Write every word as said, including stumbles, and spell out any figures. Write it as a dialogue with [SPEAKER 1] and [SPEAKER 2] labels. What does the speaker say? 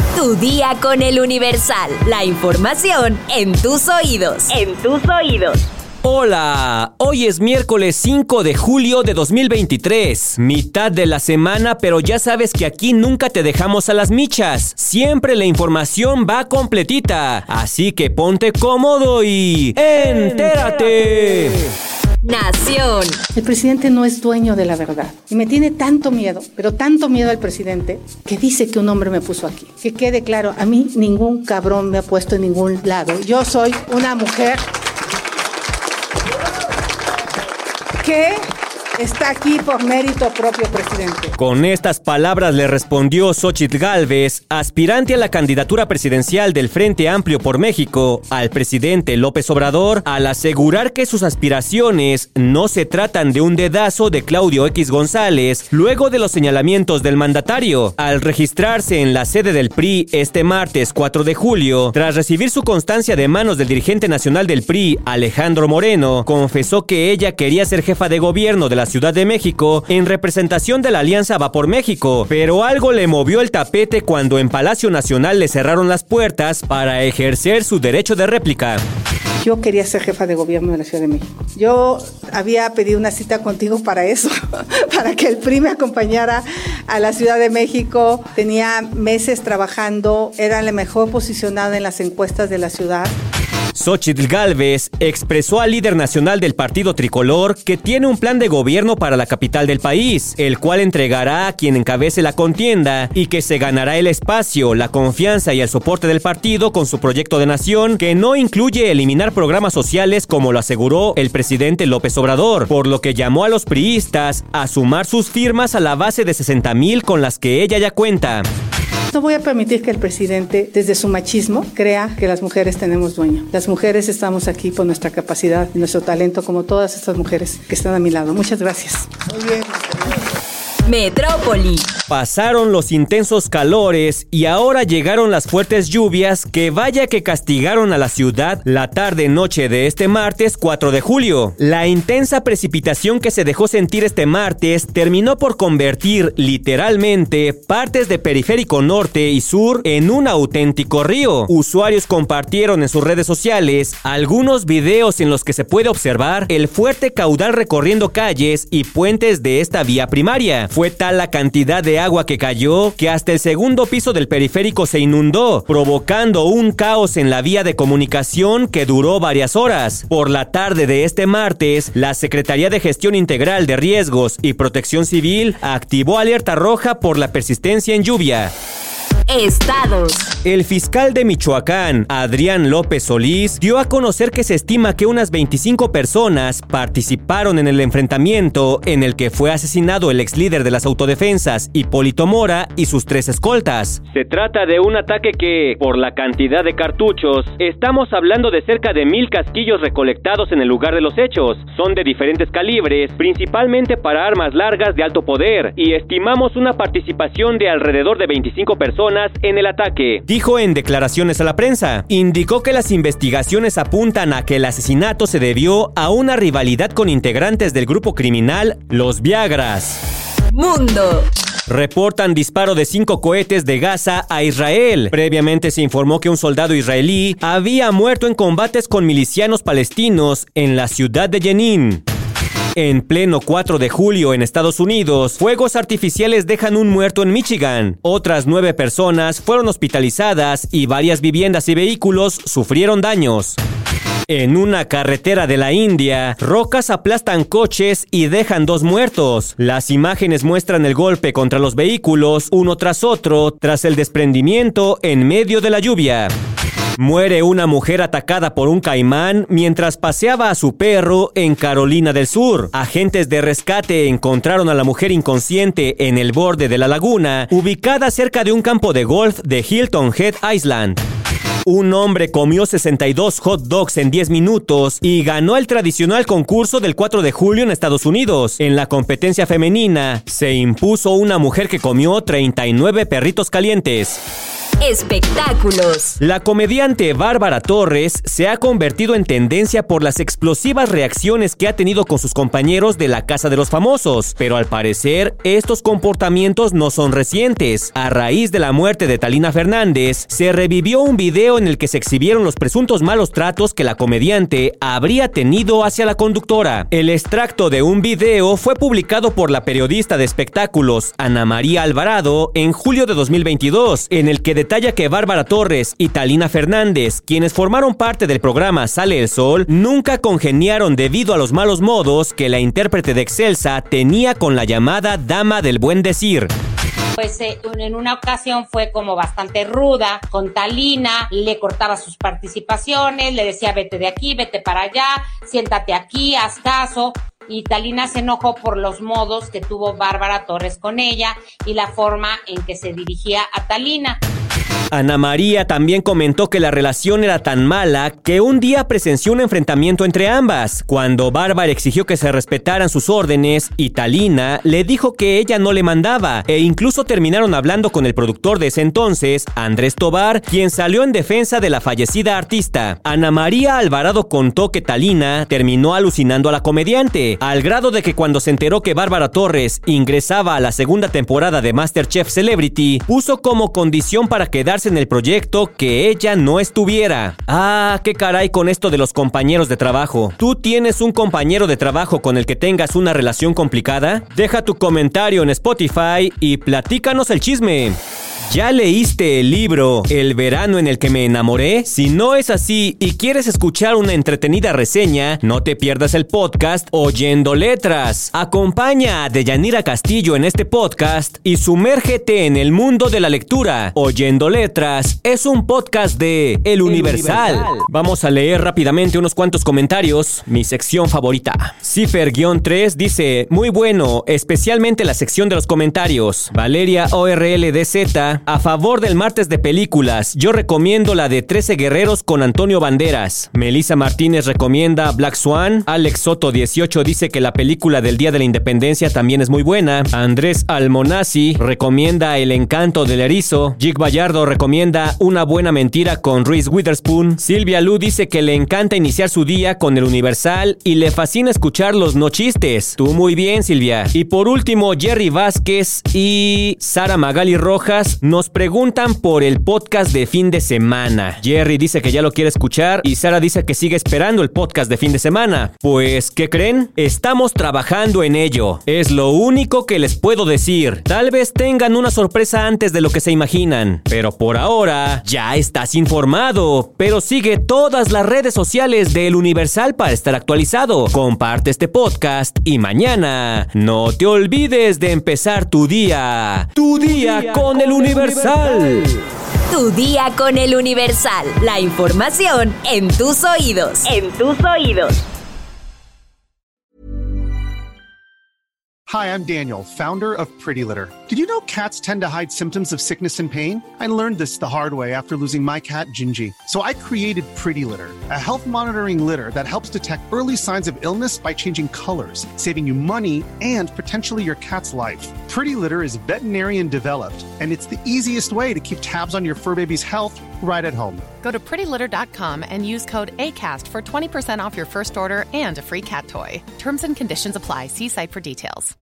[SPEAKER 1] Tu día con el Universal. La información en tus oídos. En tus oídos.
[SPEAKER 2] Hola, hoy es miércoles cinco de julio de dos mil veintitrés, mitad de la semana, pero ya sabes que aquí nunca te dejamos a las michas, siempre la información va completita, así que ponte cómodo y ¡entérate!
[SPEAKER 1] Nación.
[SPEAKER 3] El presidente no es dueño de la verdad y me tiene tanto miedo, pero tanto miedo al presidente que dice que un hombre me puso aquí. Que quede claro, a mí ningún cabrón me ha puesto en ningún lado, yo soy una mujer que está aquí por mérito propio, presidente.
[SPEAKER 2] Con estas palabras le respondió Xóchitl Gálvez, aspirante a la candidatura presidencial del Frente Amplio por México, al presidente López Obrador, al asegurar que sus aspiraciones no se tratan de un dedazo de Claudio X González, luego de los señalamientos del mandatario. Al registrarse en la sede del P R I este martes cuatro de julio, tras recibir su constancia de manos del dirigente nacional del P R I, Alejandro Moreno, confesó que ella quería ser jefa de gobierno de la Ciudad de México en representación de la Alianza Va por México, pero algo le movió el tapete cuando en Palacio Nacional le cerraron las puertas para ejercer su derecho de réplica.
[SPEAKER 3] Yo quería ser jefa de gobierno de la Ciudad de México. Yo había pedido una cita contigo para eso, para que el P R I me acompañara a la Ciudad de México. Tenía meses trabajando, era la mejor posicionada en las encuestas de la ciudad.
[SPEAKER 2] Xóchitl Gálvez expresó al líder nacional del partido tricolor que tiene un plan de gobierno para la capital del país, el cual entregará a quien encabece la contienda y que se ganará el espacio, la confianza y el soporte del partido con su proyecto de nación, que no incluye eliminar programas sociales como lo aseguró el presidente López Obrador, por lo que llamó a los priistas a sumar sus firmas a la base de sesenta mil con las que ella ya cuenta.
[SPEAKER 3] No voy a permitir que el presidente, desde su machismo, crea que las mujeres tenemos dueño. Las mujeres estamos aquí por nuestra capacidad y nuestro talento, como todas estas mujeres que están a mi lado. Muchas gracias. Muy bien.
[SPEAKER 1] Metrópoli.
[SPEAKER 2] Pasaron los intensos calores y ahora llegaron las fuertes lluvias que vaya que castigaron a la ciudad la tarde-noche de este martes cuatro de julio. La intensa precipitación que se dejó sentir este martes terminó por convertir literalmente partes de Periférico Norte y Sur en un auténtico río. Usuarios compartieron en sus redes sociales algunos videos en los que se puede observar el fuerte caudal recorriendo calles y puentes de esta vía primaria. Fue tal la cantidad de agua que cayó que hasta el segundo piso del periférico se inundó, provocando un caos en la vía de comunicación que duró varias horas. Por la tarde de este martes, la Secretaría de Gestión Integral de Riesgos y Protección Civil activó alerta roja por la persistencia en lluvia.
[SPEAKER 1] Estados.
[SPEAKER 2] El fiscal de Michoacán, Adrián López Solís, dio a conocer que se estima que unas veinticinco personas participaron en el enfrentamiento en el que fue asesinado el ex líder de las autodefensas, Hipólito Mora, y sus tres escoltas. Se trata de un ataque que, por la cantidad de cartuchos, estamos hablando de cerca de mil casquillos recolectados en el lugar de los hechos. Son de diferentes calibres, principalmente para armas largas de alto poder, y estimamos una participación de alrededor de veinticinco personas en el ataque, dijo en declaraciones a la prensa. Indicó que las investigaciones apuntan a que el asesinato se debió a una rivalidad con integrantes del grupo criminal Los Viagras.
[SPEAKER 1] Mundo.
[SPEAKER 2] Reportan disparo de cinco cohetes de Gaza a Israel. Previamente se informó que un soldado israelí había muerto en combates con milicianos palestinos en la ciudad de Jenin. En pleno cuatro de julio en Estados Unidos, fuegos artificiales dejan un muerto en Michigan. Otras nueve personas fueron hospitalizadas y varias viviendas y vehículos sufrieron daños. En una carretera de la India, rocas aplastan coches y dejan dos muertos. Las imágenes muestran el golpe contra los vehículos uno tras otro tras el desprendimiento en medio de la lluvia. Muere una mujer atacada por un caimán mientras paseaba a su perro en Carolina del Sur. Agentes de rescate encontraron a la mujer inconsciente en el borde de la laguna, ubicada cerca de un campo de golf de Hilton Head Island. Un hombre comió sesenta y dos hot dogs en diez minutos y ganó el tradicional concurso del cuatro de julio en Estados Unidos. En la competencia femenina, se impuso una mujer que comió treinta y nueve perritos calientes.
[SPEAKER 1] Espectáculos.
[SPEAKER 2] La comediante Bárbara Torres se ha convertido en tendencia por las explosivas reacciones que ha tenido con sus compañeros de la Casa de los Famosos, pero al parecer estos comportamientos no son recientes. A raíz de la muerte de Thalina Fernández, se revivió un video en el que se exhibieron los presuntos malos tratos que la comediante habría tenido hacia la conductora. El extracto de un video fue publicado por la periodista de espectáculos Ana María Alvarado en julio de dos mil veintidós, en el que detalla que Bárbara Torres y Thalina Fernández, quienes formaron parte del programa Sale el Sol, nunca congeniaron debido a los malos modos que la intérprete de Excelsa tenía con la llamada Dama del Buen Decir.
[SPEAKER 4] Pues eh, en una ocasión fue como bastante ruda con Thalina, le cortaba sus participaciones, le decía vete de aquí, vete para allá, siéntate aquí, haz caso. Y Thalina se enojó por los modos que tuvo Bárbara Torres con ella y la forma en que se dirigía a Thalina.
[SPEAKER 2] Ana María también comentó que la relación era tan mala que un día presenció un enfrentamiento entre ambas, cuando Bárbara exigió que se respetaran sus órdenes y Thalina le dijo que ella no le mandaba, e incluso terminaron hablando con el productor de ese entonces, Andrés Tobar, quien salió en defensa de la fallecida artista. Ana María Alvarado contó que Thalina terminó alucinando a la comediante, al grado de que cuando se enteró que Bárbara Torres ingresaba a la segunda temporada de MasterChef Celebrity, puso como condición para quedarse en el proyecto que ella no estuviera. Ah, qué caray con esto de los compañeros de trabajo. ¿Tú tienes un compañero de trabajo con el que tengas una relación complicada? Deja tu comentario en Spotify y platícanos el chisme. ¿Ya leíste el libro El verano en el que me enamoré? Si no es así y quieres escuchar una entretenida reseña, no te pierdas el podcast Oyendo Letras. Acompaña a Deyanira Castillo en este podcast y sumérgete en el mundo de la lectura. Oyendo Letras es un podcast de El Universal. El Universal. Vamos a leer rápidamente unos cuantos comentarios. Mi sección favorita. Cifer tres dice, muy bueno, especialmente la sección de los comentarios. Valeria O R L D Z, a favor del martes de películas, yo recomiendo la de trece guerreros con Antonio Banderas. Melissa Martínez recomienda Black Swan. Alex Soto dieciocho dice que la película del Día de la Independencia también es muy buena. Andrés Almonazzi recomienda El encanto del erizo. Jig Bayardo recomienda Una buena mentira con Reese Witherspoon. Silvia Lu dice que le encanta iniciar su día con El Universal y le fascina escuchar los no chistes. Tú muy bien, Silvia. Y por último, Jerry Vázquez y Sara Magali Rojas nos preguntan por el podcast de fin de semana. Jerry dice que ya lo quiere escuchar y Sara dice que sigue esperando el podcast de fin de semana. Pues, ¿qué creen? Estamos trabajando en ello. Es lo único que les puedo decir. Tal vez tengan una sorpresa antes de lo que se imaginan. Pero por ahora, ya estás informado. Pero sigue todas las redes sociales de El Universal para estar actualizado. Comparte este podcast y mañana no te olvides de empezar tu día. Tu día con El Universal. Universal.
[SPEAKER 1] Tu día con El Universal. La información en tus oídos. En tus oídos.
[SPEAKER 5] Hi, I'm Daniel, founder of Pretty Litter. Did you know cats tend to hide symptoms of sickness and pain? I learned this the hard way after losing my cat, Gingy. So I created Pretty Litter, a health monitoring litter that helps detect early signs of illness by changing colors, saving you money and potentially your cat's life. Pretty Litter is veterinarian developed, and it's the easiest way to keep tabs on your fur baby's health right at home.
[SPEAKER 6] Go to pretty litter dot com and use code ACAST for twenty percent off your first order and a free cat toy. Terms and conditions apply. See site for details.